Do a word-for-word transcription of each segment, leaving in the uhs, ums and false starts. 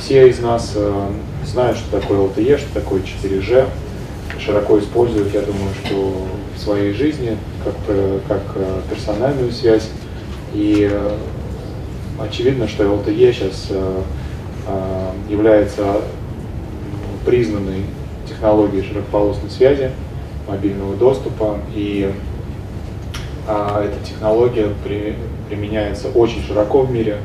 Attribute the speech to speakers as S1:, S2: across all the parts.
S1: все из нас знают, что такое эл тэ е, что такое четыре джи, широко используют, я думаю, что в своей жизни, как, как персональную связь. И очевидно, что эл тэ е сейчас является признанной технологией широкополосной связи, мобильного доступа. И а, эта технология при, применяется очень широко в мире.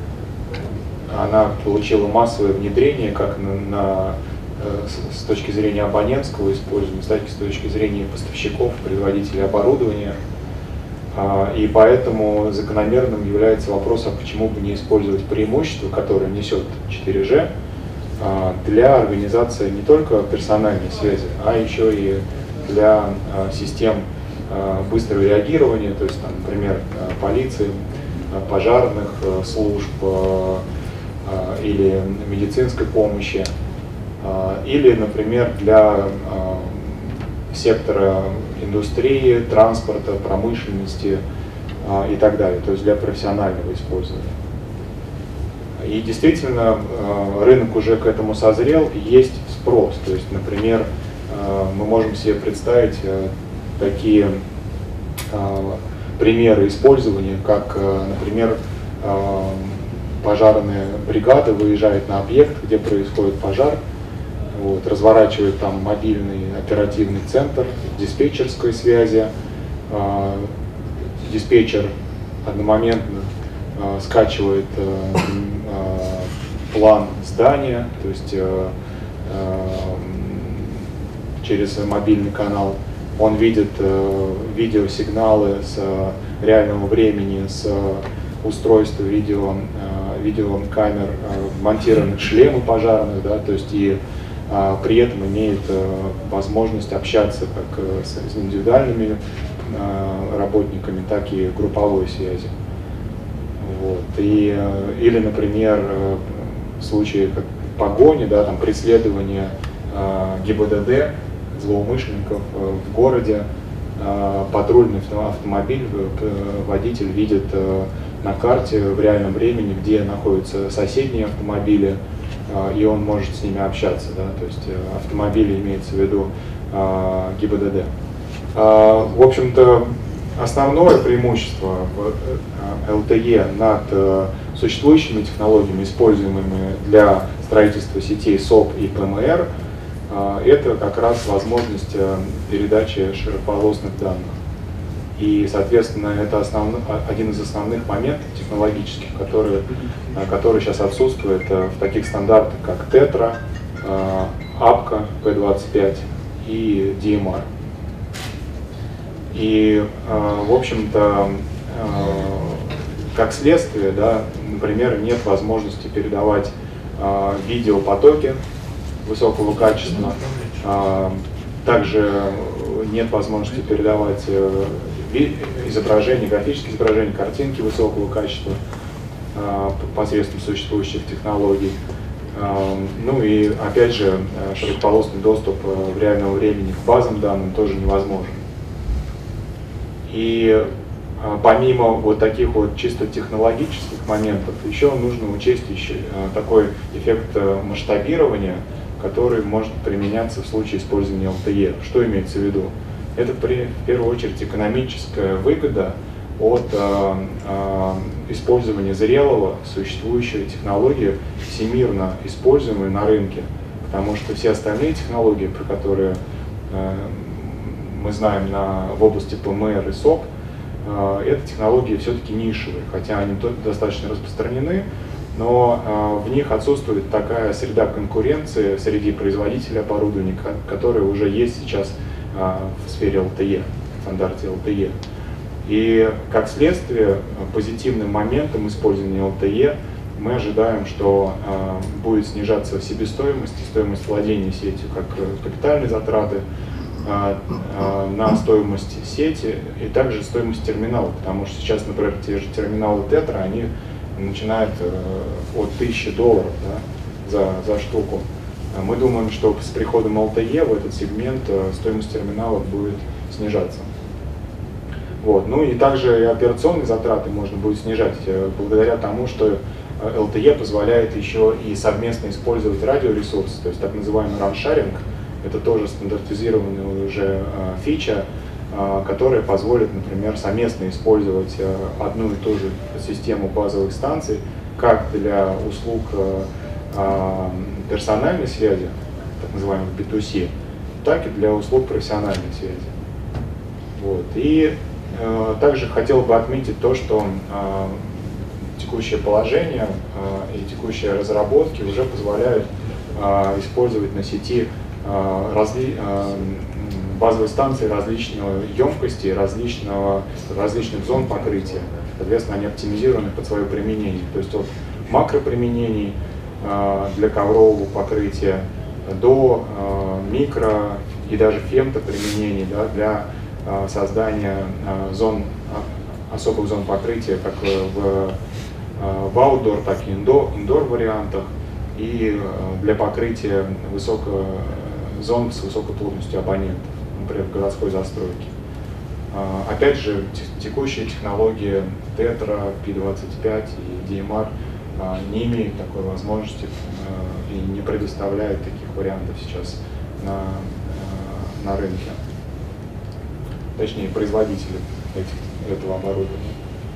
S1: Она получила массовое внедрение как на, на, с, с точки зрения абонентского использования, так и с точки зрения поставщиков, производителей оборудования. А, и поэтому закономерным является вопрос, а почему бы не использовать преимущества, которые несет четыре джи, а, для организации не только персональной связи, а еще и для а, систем а, быстрого реагирования, то есть, там, например, полиции, пожарных служб а, а, или медицинской помощи, а, или, например, для а, сектора индустрии, транспорта, промышленности а, и так далее, то есть для профессионального использования. И действительно, а, рынок уже к этому созрел, и есть спрос. То есть, например, а, мы можем себе представить а, такие а, примеры использования, как, а, например, а, пожарная бригада выезжает на объект, где происходит пожар, вот, разворачивает там мобильный оперативный центр диспетчерской связи. Э, диспетчер одномоментно э, скачивает э, э, план здания, то есть э, э, через мобильный канал. Он видит э, видеосигналы с э, реального времени, с э, устройства видео, э, видеокамер, э, монтированных шлемы пожарных, да, то есть и а, при этом имеет а, возможность общаться как а, с, с индивидуальными а, работниками, так и групповой связи. Вот. И, а, или, например, а, в случае как погони, да, там, преследования а, гэ бэ дэ дэ, злоумышленников а, в городе, а, патрульный автомобиль, водитель видит а, на карте в реальном времени, где находятся соседние автомобили, и он может с ними общаться, да, то есть автомобили имеется в виду а, гэ бэ дэ дэ. А, в общем-то, основное преимущество в эл тэ е над а, существующими технологиями, используемыми для строительства сетей соп и пэ эм эр, а, это как раз возможность а, передачи широкополосных данных. И, соответственно, это основной, один из основных моментов технологических, которые, который сейчас отсутствует в таких стандартах, как тетра, апка пэ двадцать пять и ди эм ар. И, в общем-то, как следствие, да, например, нет возможности передавать видеопотоки высокого качества, также нет возможности передавать изображения, графические изображения, картинки высокого качества э, посредством существующих технологий. Э, ну и опять же, широкополосный доступ в реальном времени к базам данных тоже невозможен. И э, помимо вот таких вот чисто технологических моментов, еще нужно учесть еще э, такой эффект масштабирования, который может применяться в случае использования эл тэ е. Что имеется в виду? Это при, в первую очередь экономическая выгода от э, э, использования зрелого существующей технологии, всемирно используемой на рынке, потому что все остальные технологии, про которые э, мы знаем на, в области пэ эм эр и соп, э, это технологии все-таки нишевые, хотя они достаточно распространены, но э, в них отсутствует такая среда конкуренции среди производителей оборудования, которая уже есть сейчас в сфере эл тэ е, в стандарте эл тэ е. И как следствие, позитивным моментом использования эл тэ е мы ожидаем, что э, будет снижаться себестоимость, стоимость владения сетью, как капитальные затраты э, э, на стоимость сети и также стоимость терминала, потому что сейчас, например, те же терминалы тетра, они начинают э, от тысячи долларов, да, за, за штуку. Мы думаем, что с приходом эл тэ е в этот сегмент стоимость терминалов будет снижаться. Вот. Ну и также и операционные затраты можно будет снижать благодаря тому, что эл ти и позволяет еще и совместно использовать радиоресурсы, то есть так называемый run-sharing. Это тоже стандартизированная уже фича, которая позволит, например, совместно использовать одну и ту же систему базовых станций как для услуг персональной связи, так называемой би ту си, так и для услуг профессиональной связи. Вот. И э, также хотел бы отметить то, что э, текущее положение э, и текущие разработки уже позволяют э, использовать на сети э, разли, э, базовые станции различной емкости, различного, различных зон покрытия. Соответственно, они оптимизированы под свое применение. То есть от макроприменений э, для коврового покрытия до э, микро и даже фемтоприменений, да, для э, создания э, зон, э, особых зон покрытия как в, э, в outdoor, так и indoor, indoor вариантах, и э, для покрытия высокого, зон с высокой плотностью абонентов, например, в городской застройке. Э, опять же, текущие технологии Tetra, пи двадцать пять и ди эм ар э, не имеют такой возможности э, и не предоставляют таких вариантов сейчас на, э, на рынке, точнее производители этих, этого оборудования.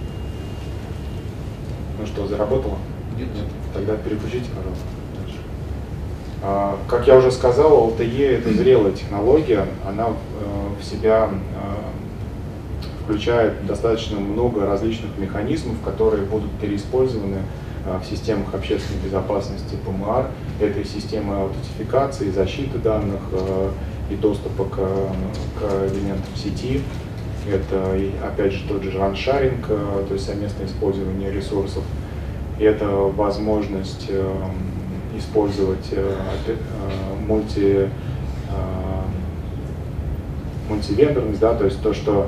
S1: Ну что, заработало?
S2: Нет, нет.
S1: Тогда переключите, пожалуйста. Дальше. А, как я уже сказал, эл ти и это зрелая технология, она э, в себя э, включает достаточно много различных механизмов, которые будут переиспользованы в системах общественной безопасности пэ эм ар. Это и системы аутентификации, защиты данных и доступа к, к элементам сети. Это, опять же, тот же run-sharing, то есть совместное использование ресурсов. Это возможность использовать мульти, мультивендорность, да, то есть то, что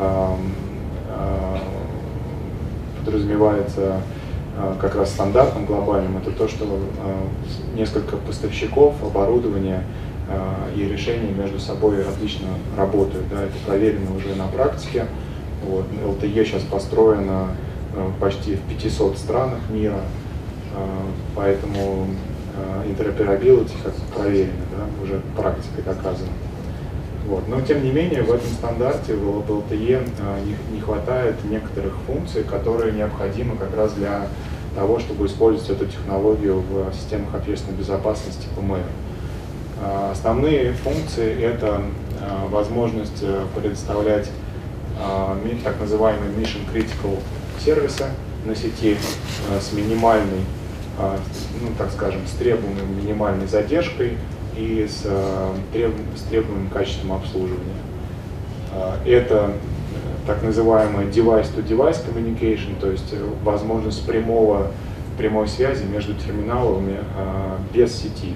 S1: подразумевается как раз стандартным глобальным, это то, что э, несколько поставщиков оборудования э, и решений между собой различно работают. Да, это проверено уже на практике. Вот, эл ти и сейчас построено э, почти в пятистах странах мира, э, поэтому э, интероперабилити как проверено, да, уже практикой доказано. Вот. Но тем не менее в этом стандарте в эл ти и не, не хватает некоторых функций, которые необходимы как раз для того, чтобы использовать эту технологию в системах общественной безопасности пэ эм эр. Основные функции — это возможность предоставлять так называемые mission critical сервисы на сети с минимальной, ну так скажем, с требуемой минимальной задержкой и с, треб, с требуемым качеством обслуживания. Это так называемая device-to-device communication, то есть возможность прямого, прямой связи между терминалами без сети.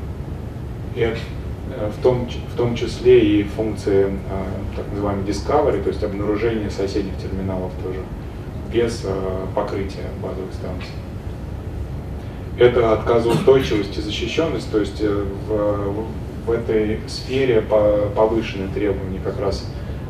S1: И в том, в том числе и функции так называемой discovery, то есть обнаружение соседних терминалов тоже, без покрытия базовых станций. Это отказоустойчивость и защищенность, то есть в, в этой сфере повышенные требования как раз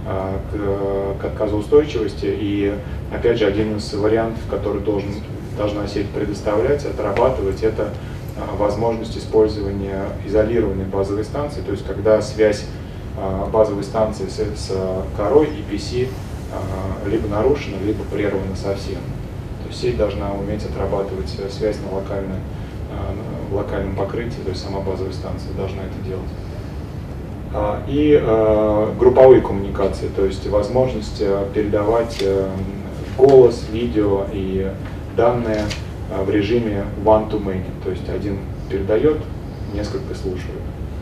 S1: к, к отказоустойчивости. И опять же, один из вариантов, который должен, должна сеть предоставлять, отрабатывать, это возможность использования изолированной базовой станции, то есть когда связь базовой станции с, с корой и пи си либо нарушена, либо прервана совсем. Сеть должна уметь отрабатывать связь на, локальной, на локальном покрытии, то есть сама базовая станция должна это делать. И э, групповые коммуникации, то есть возможность передавать голос, видео и данные в режиме one-to-many, то есть один передает, несколько слушают.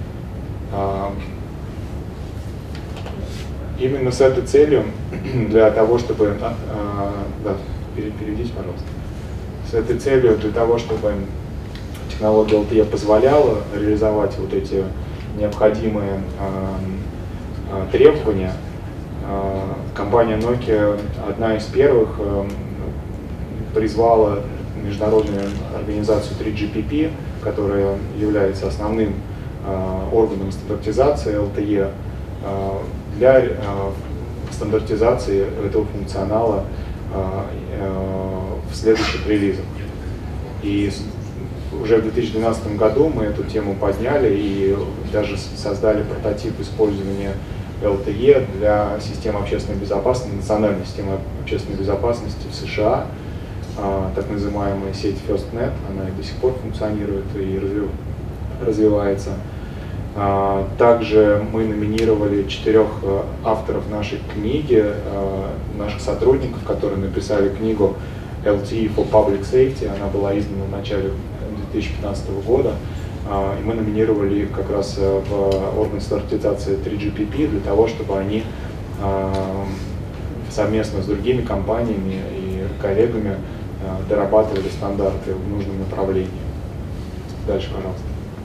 S1: Именно с этой целью, для того, чтобы... Да, переведите, пожалуйста. С этой целью, для того, чтобы технология эл ти и позволяла реализовать вот эти необходимые э, э, требования, э, компания Nokia, одна из первых, э, призвала международную организацию три джи пи пи, которая является основным э, органом стандартизации эл ти и, э, для э, стандартизации этого функционала в следующих релизах. И уже в две тысячи двенадцатом году мы эту тему подняли и даже создали прототип использования эл ти и для системы общественной безопасности, национальной системы общественной безопасности в США, так называемая сеть FirstNet, она и до сих пор функционирует и развивается. Также мы номинировали четырех авторов нашей книги, наших сотрудников, которые написали книгу эл ти и for Public Safety, она была издана в начале две тысячи пятнадцатого года, и мы номинировали их как раз в орган стандартизации три джи пи пи для того, чтобы они совместно с другими компаниями и коллегами дорабатывали стандарты в нужном направлении. Дальше, пожалуйста.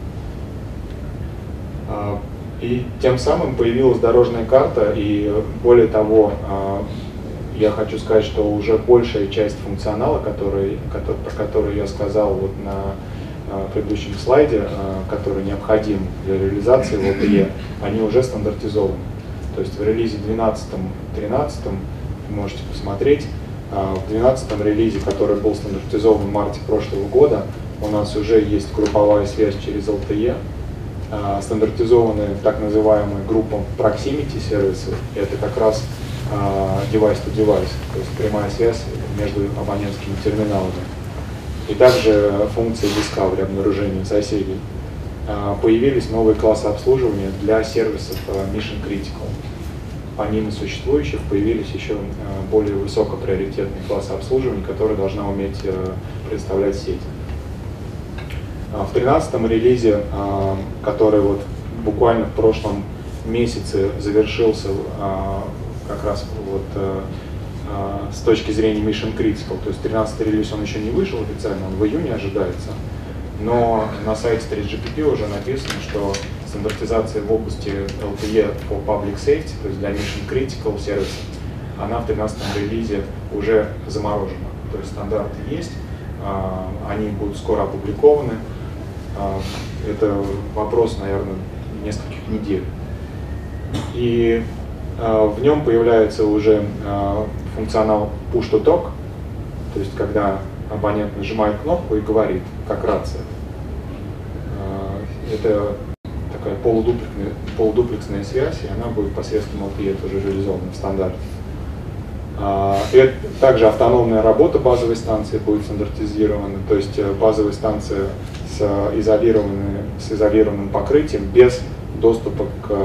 S1: И тем самым появилась дорожная карта, и более того, я хочу сказать, что уже большая часть функционала, который, который, про который я сказал вот на предыдущем слайде, который необходим для реализации в эл ти и, они уже стандартизованы. То есть в релизе двенадцатом-тринадцатом, вы можете посмотреть, в двенадцатом релизе, который был стандартизован в марте прошлого года, у нас уже есть групповая связь через эл ти и, стандартизованная так называемая группа Proximity сервисы, это как раз device to device, то есть прямая связь между абонентскими терминалами. И также функция Discovery, обнаружения соседей. Появились новые классы обслуживания для сервисов Mission Critical. Помимо существующих появились еще более высокоприоритетные классы обслуживания, которые должна уметь представлять сеть. В тринадцатом релизе, который вот буквально в прошлом месяце завершился как раз вот с точки зрения Mission Critical, то есть тринадцатый релиз он еще не вышел официально, он в июне ожидается, но на сайте три джи пи пи уже написано, что стандартизация в области эл ти и for Public Safety, то есть для Mission Critical сервисов, она в тринадцатом релизе уже заморожена, то есть стандарты есть, они будут скоро опубликованы. Это вопрос, наверное, нескольких недель. И в нем появляется уже функционал Push to Talk, то есть когда абонент нажимает кнопку и говорит, как рация. Это такая полудуплексная, полудуплексная связь, и она будет посредством эл ти и тоже реализована в стандарте. И также автономная работа базовой станции будет стандартизирована, то есть базовая станция с, изолированной, с изолированным покрытием без доступа к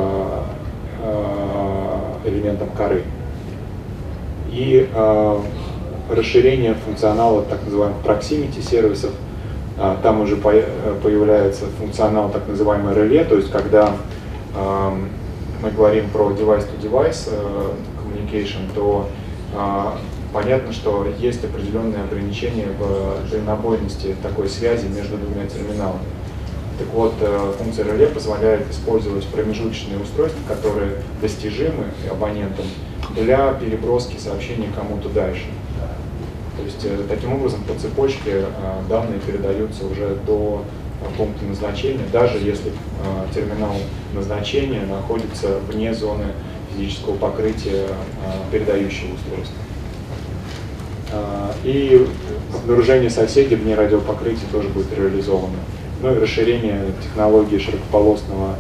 S1: элементам коры. И расширение функционала так называемых proximity сервисов. Там уже появляется функционал так называемый реле, то есть когда мы говорим про device-to-device communication, то понятно, что есть определенные ограничения в дальнобойности такой связи между двумя терминалами. Так вот, функция реле позволяет использовать промежуточные устройства, которые достижимы абонентам для переброски сообщений кому-то дальше. То есть таким образом по цепочке данные передаются уже до пункта назначения, даже если терминал назначения находится вне зоны физического покрытия передающего устройства. И обнаружение соседей вне радиопокрытия тоже будет реализовано. Ну и расширение технологии широкополосного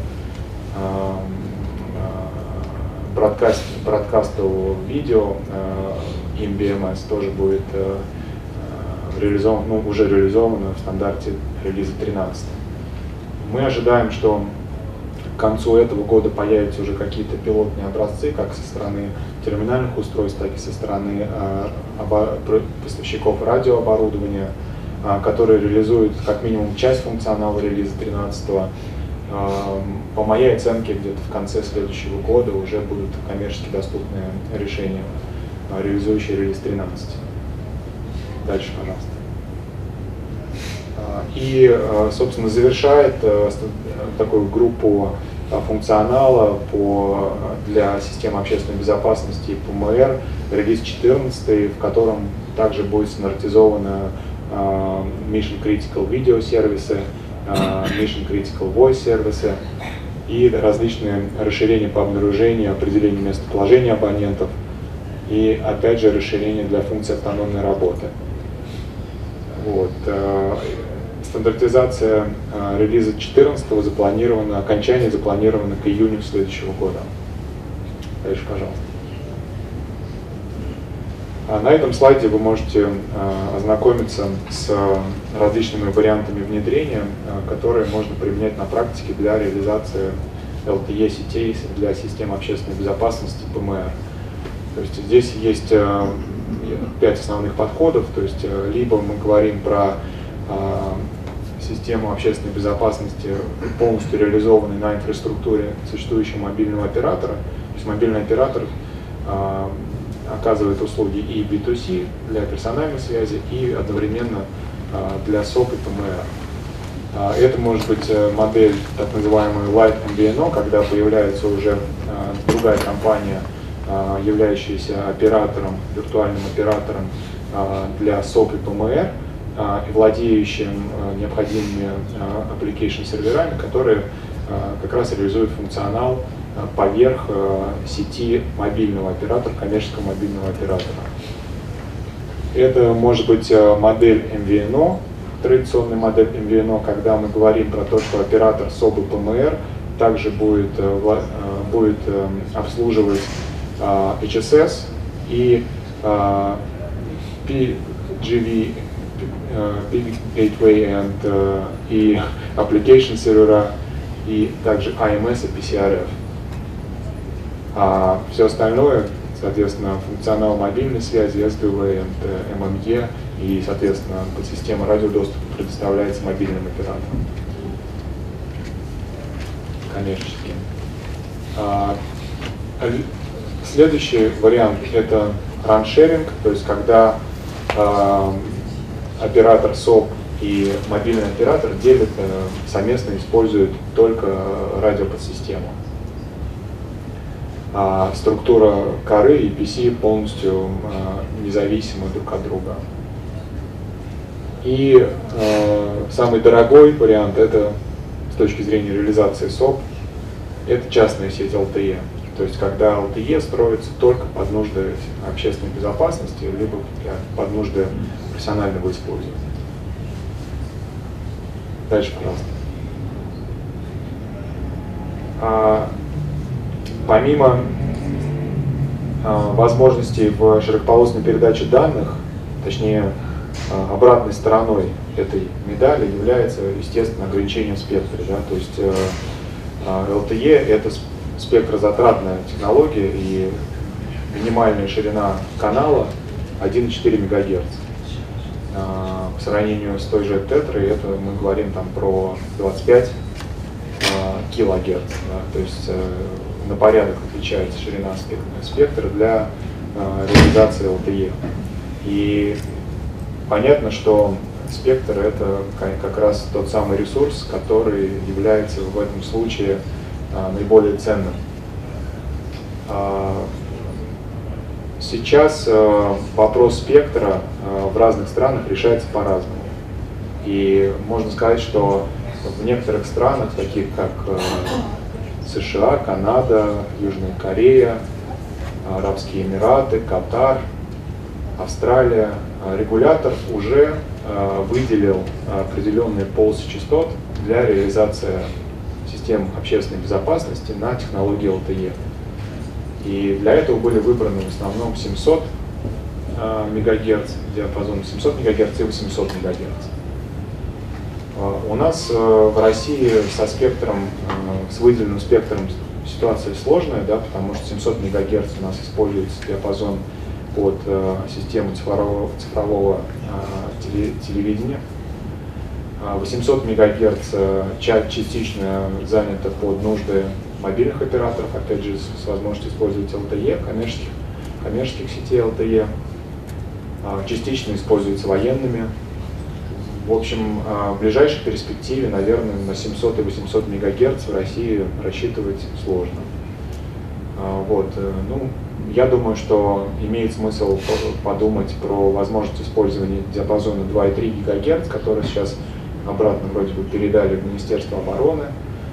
S1: бродкаст, бродкастового видео эм би эм эс тоже будет реализовано, ну, уже реализовано в стандарте релиза тринадцать. Мы ожидаем, что к концу этого года появятся уже какие-то пилотные образцы, как со стороны терминальных устройств, так и со стороны поставщиков радиооборудования, которые реализуют как минимум часть функционала релиза тринадцатого. По моей оценке, где-то в конце следующего года уже будут коммерчески доступные решения, реализующие релиз тринадцать. Дальше, пожалуйста. И, собственно, завершает такую группу функционала по, для системы общественной безопасности и пэ эм эр релиз четырнадцать, в котором также будет стандартизовано Mission Critical Video сервисы, Mission Critical Voice сервисы и различные расширения по обнаружению, определению местоположения абонентов и, опять же, расширение для функции автономной работы. Вот. Стандартизация релиза четырнадцатого запланирована, окончание запланировано к июню следующего года. Дальше, пожалуйста. На этом слайде вы можете ознакомиться с различными вариантами внедрения, которые можно применять на практике для реализации эл ти и сетей для систем общественной безопасности пэ эм эр. То есть здесь есть пять основных подходов. То есть либо мы говорим про систему общественной безопасности, полностью реализованной на инфраструктуре существующего мобильного оператора. То есть мобильный оператор оказывает услуги и би ту си для персональной связи, и одновременно для сок и пэ эм эр. Это может быть модель так называемой Light эм ви эн о, когда появляется уже другая компания, являющаяся оператором, виртуальным оператором для сок и пэ эм эр, и владеющим необходимыми application серверами, которые как раз реализуют функционал поверх сети мобильного оператора, коммерческого мобильного оператора. Это может быть модель эм ви эн о, традиционная модель эм ви эн о, когда мы говорим про то, что оператор сок и пэ эм эр также будет, будет обслуживать эйч эс эс и пи джи ви, Big Gateway and, и application сервера, и также эй эм эс и пи си ар эф. А все остальное, соответственно, функционал мобильной связи, эс ди ви и эм эм и, и, соответственно, подсистема радиодоступа предоставляется мобильным оператором коммерческим. А, следующий вариант — это раншеринг, то есть когда а, оператор сок и мобильный оператор делят, совместно используют только радиоподсистему. А структура коры и пи си полностью независимы друг от друга. И э, самый дорогой вариант — это с точки зрения реализации сок, это частная сеть эл ти и. То есть когда эл ти и строится только под нужды общественной безопасности, либо под нужды профессионального использования. Дальше, пожалуйста. А, помимо а, возможностей в широкополосной передаче данных, точнее, а, обратной стороной этой медали является, естественно, ограничением спектра. Да? То есть а, эл ти и — это спектрозатратная технология, и минимальная ширина канала один и четыре мегагерца. По сравнению с той же тетрой, это мы говорим там про двадцать пять килогерц. Да? То есть на порядок отличается ширина спектра для реализации эл ти и. И понятно, что спектр — это как раз тот самый ресурс, который является в этом случае наиболее ценным. Сейчас вопрос спектра в разных странах решается по-разному. И можно сказать, что в некоторых странах, таких как США, Канада, Южная Корея, Арабские Эмираты, Катар, Австралия, регулятор уже выделил определенные полосы частот для реализации систем общественной безопасности на технологии эл ти и. И для этого были выбраны в основном семьсот мегагерц, диапазон семьсот мегагерц и восемьсот мегагерц. У нас в России со спектром, с выделенным спектром ситуация сложная, да, потому что семьсот мегагерц у нас используется диапазон под систему цифрового, цифрового телевидения. восемьсот мегагерц частично занято под нужды мобильных операторов, опять же, с возможностью использовать эл ти и, коммерческих, коммерческих сетей эл ти и, частично используется военными. В общем, в ближайшей перспективе, наверное, на семьсот и восемьсот мегагерц в России рассчитывать сложно. Вот. Ну, я думаю, что имеет смысл подумать про возможность использования диапазона два и три гигагерц, который сейчас обратно вроде бы передали в Министерство обороны.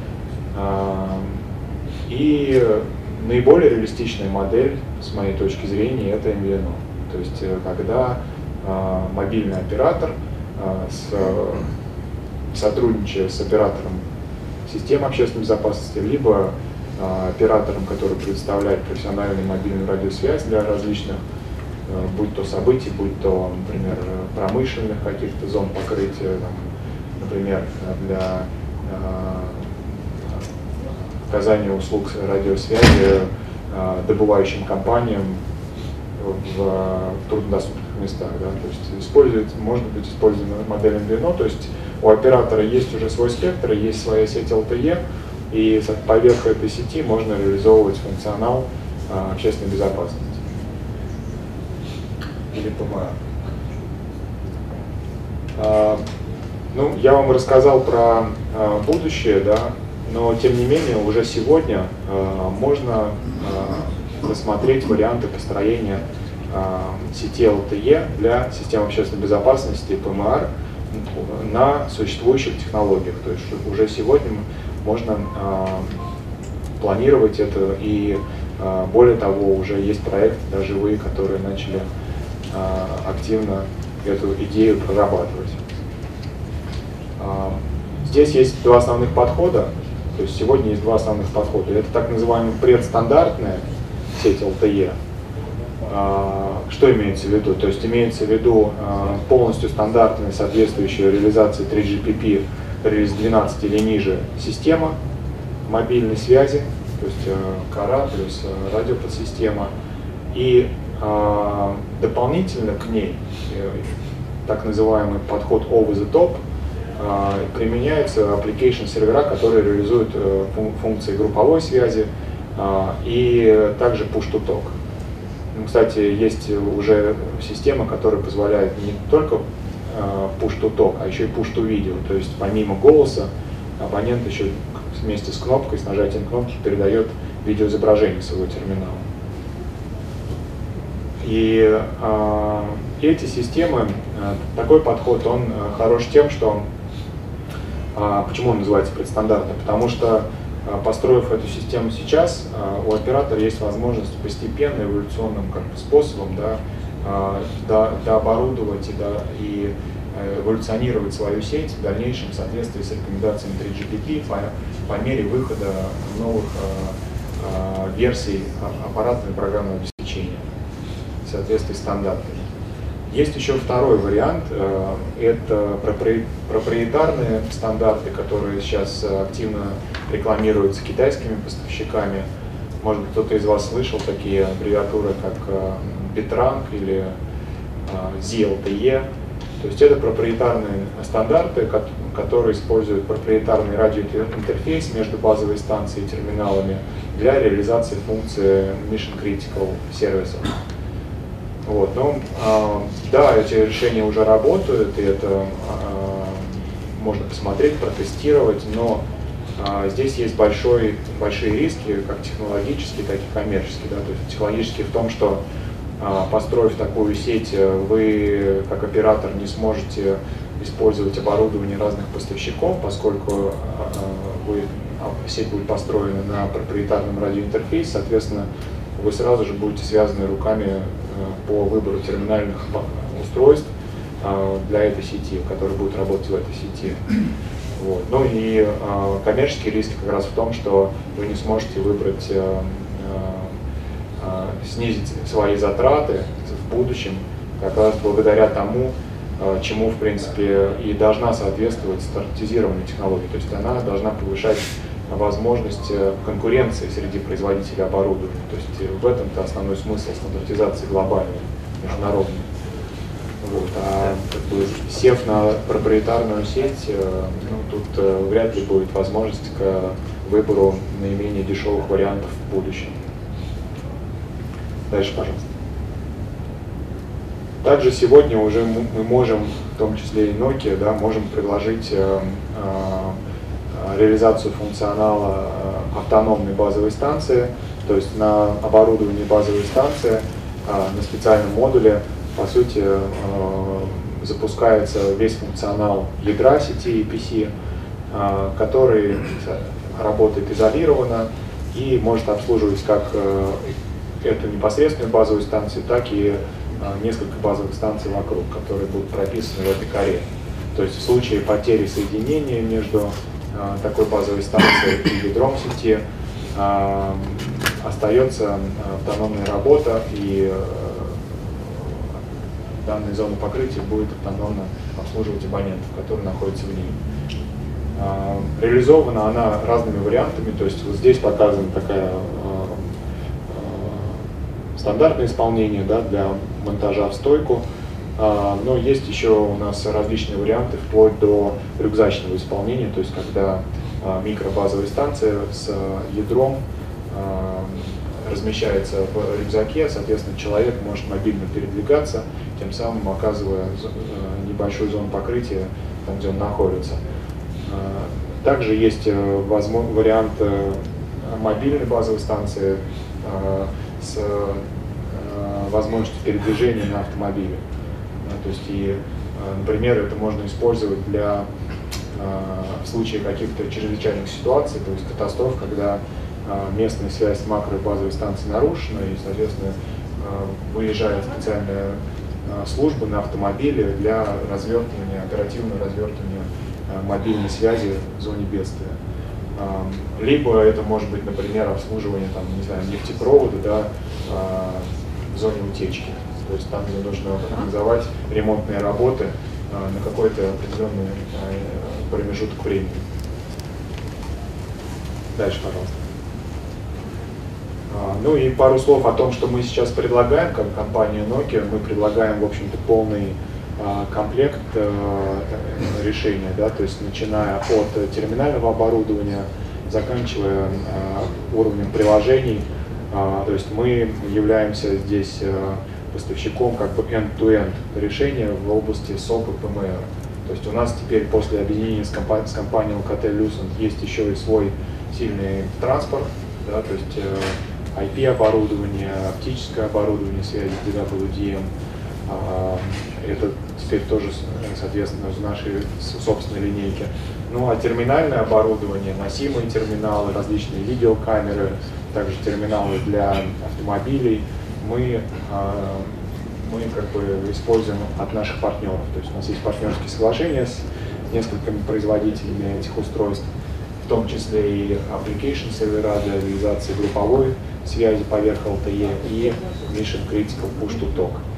S1: И наиболее реалистичная модель, с моей точки зрения, это эм ви эн о. То есть когда мобильный оператор с, сотрудничая с оператором систем общественной безопасности, либо оператором, который предоставляет профессиональную мобильную радиосвязь для различных, будь то событий, будь то, например, промышленных каких-то зон покрытия, там, например, для оказания услуг радиосвязи добывающим компаниям в, в труднодоступных местах. Да? То есть использует, может быть использована модель Arduino, то есть у оператора есть уже свой спектр, есть своя сеть эл ти и, и поверх этой сети можно реализовывать функционал а, общественной безопасности или пэ эм ар. А, ну, я вам рассказал про а, будущее, да, но тем не менее уже сегодня а, можно а, рассмотреть варианты построения а, сети эл ти и для систем общественной безопасности пэ эм ар на существующих технологиях. То есть уже сегодня можно а, планировать это, и а, более того, уже есть проекты, да, живые, которые начали а, активно эту идею прорабатывать. А, здесь есть два основных подхода. То есть сегодня есть два основных подхода. Это так называемая предстандартная сеть эл ти и. А, что имеется в виду? То есть имеется в виду а, полностью стандартная, соответствующая реализации три джи пи пи релиз двенадцать или ниже система мобильной связи, то есть а, кара плюс а, радиоподсистема. И а, дополнительно к ней э, так называемый подход over the top а, применяются application сервера, которые реализуют э, фун функции групповой связи а, и также push-to-talk. Кстати, есть уже система, которая позволяет не только push-to-talk, а еще и push-to-video. То есть помимо голоса абонент еще вместе с кнопкой, с нажатием кнопки передает видеоизображение своего терминала. И э, эти системы, э, такой подход, он э, хорош тем, что, э, почему он называется предстандартным? Потому что построив эту систему сейчас, у оператора есть возможность постепенно, эволюционным как бы способом, да, до, дооборудовать и, до, и эволюционировать свою сеть в дальнейшем в соответствии с рекомендациями три джи пи пи по, по мере выхода новых а, а, версий аппаратного и программного обеспечения в соответствии с стандартами. Есть еще второй вариант, это проприетарные стандарты, которые сейчас активно рекламируются китайскими поставщиками. Может быть, кто-то из вас слышал такие аббревиатуры, как Bitrank или зет эл ти и. То есть это проприетарные стандарты, которые используют проприетарный радиоинтерфейс между базовой станцией и терминалами для реализации функции Mission Critical сервисов. Вот, ну, э, да, эти решения уже работают, и это э, можно посмотреть, протестировать, но э, здесь есть большой, большие риски, как технологические, так и коммерческие. Да? То есть технологические в том, что э, построив такую сеть, вы как оператор не сможете использовать оборудование разных поставщиков, поскольку э, вы, сеть будет построена на проприетарном радиоинтерфейсе, соответственно, вы сразу же будете связаны руками по выбору терминальных устройств для этой сети, которые будут работать в этой сети. Вот. Ну и коммерческие риски как раз в том, что вы не сможете выбрать, снизить свои затраты в будущем, как раз благодаря тому, чему, в принципе, и должна соответствовать стандартизированной технологии. То есть она должна повышать возможность конкуренции среди производителей оборудования. То есть в этом-то основной смысл стандартизации глобальной, международной. Вот. А как бы, сев на проприетарную сеть, ну, тут вряд ли будет возможность к выбору наименее дешевых вариантов в будущем. Дальше, пожалуйста. Также сегодня уже мы можем, в том числе и Nokia, да, можем предложить э, э, реализацию функционала э, автономной базовой станции, то есть на оборудовании базовой станции, э, на специальном модуле, по сути, э, запускается весь функционал ядра сети и пи си, э, который работает изолированно и может обслуживать как э, эту непосредственную базовую станцию, так и несколько базовых станций вокруг, которые будут прописаны в этой коре. То есть в случае потери соединения между такой базовой станцией и ядром сети остается автономная работа, и данная зона покрытия будет автономно обслуживать абонентов, которые находятся в ней. Реализована она разными вариантами, то есть вот здесь показана такая стандартное исполнение, да, для монтажа в стойку, но есть еще у нас различные варианты вплоть до рюкзачного исполнения, то есть когда микробазовая станция с ядром размещается в рюкзаке, соответственно, человек может мобильно передвигаться, тем самым оказывая небольшую зону покрытия там, где он находится. Также есть возможно, вариант мобильной базовой станции с возможностью передвижения на автомобиле. То есть, и, например, это можно использовать для в случае каких-то чрезвычайных ситуаций, то есть катастроф, когда местная связь с макро- и базовой станцией нарушена, и, соответственно, выезжает специальная служба на автомобиле для развертывания, оперативного развертывания мобильной связи в зоне бедствия. Либо это может быть, например, обслуживание там, не знаю, нефтепровода, да, в зоне утечки. То есть там, где нужно организовать ремонтные работы на какой-то определенный промежуток времени. Дальше, пожалуйста. Ну и пару слов о том, что мы сейчас предлагаем, как компания Nokia. Мы предлагаем, в общем-то, полный комплект решения, да, то есть начиная от терминального оборудования, заканчивая уровнем приложений. То есть мы являемся здесь поставщиком как бы end-to-end решения в области сок и пэ эм эр. То есть у нас теперь после объединения с, компа с компанией эл ка тэ-Lucent есть еще и свой сильный транспорт, да, то есть ай пи-оборудование, оптическое оборудование связи ди дабл ю ди эм. Это теперь тоже, соответственно, в нашей собственной линейке. Ну а терминальное оборудование, носимые терминалы, различные видеокамеры, также терминалы для автомобилей, мы, мы как бы используем от наших партнеров. То есть у нас есть партнерские соглашения с несколькими производителями этих устройств, в том числе и application сервера для реализации групповой связи поверх эл ти и и Mission Critical Push to Talk.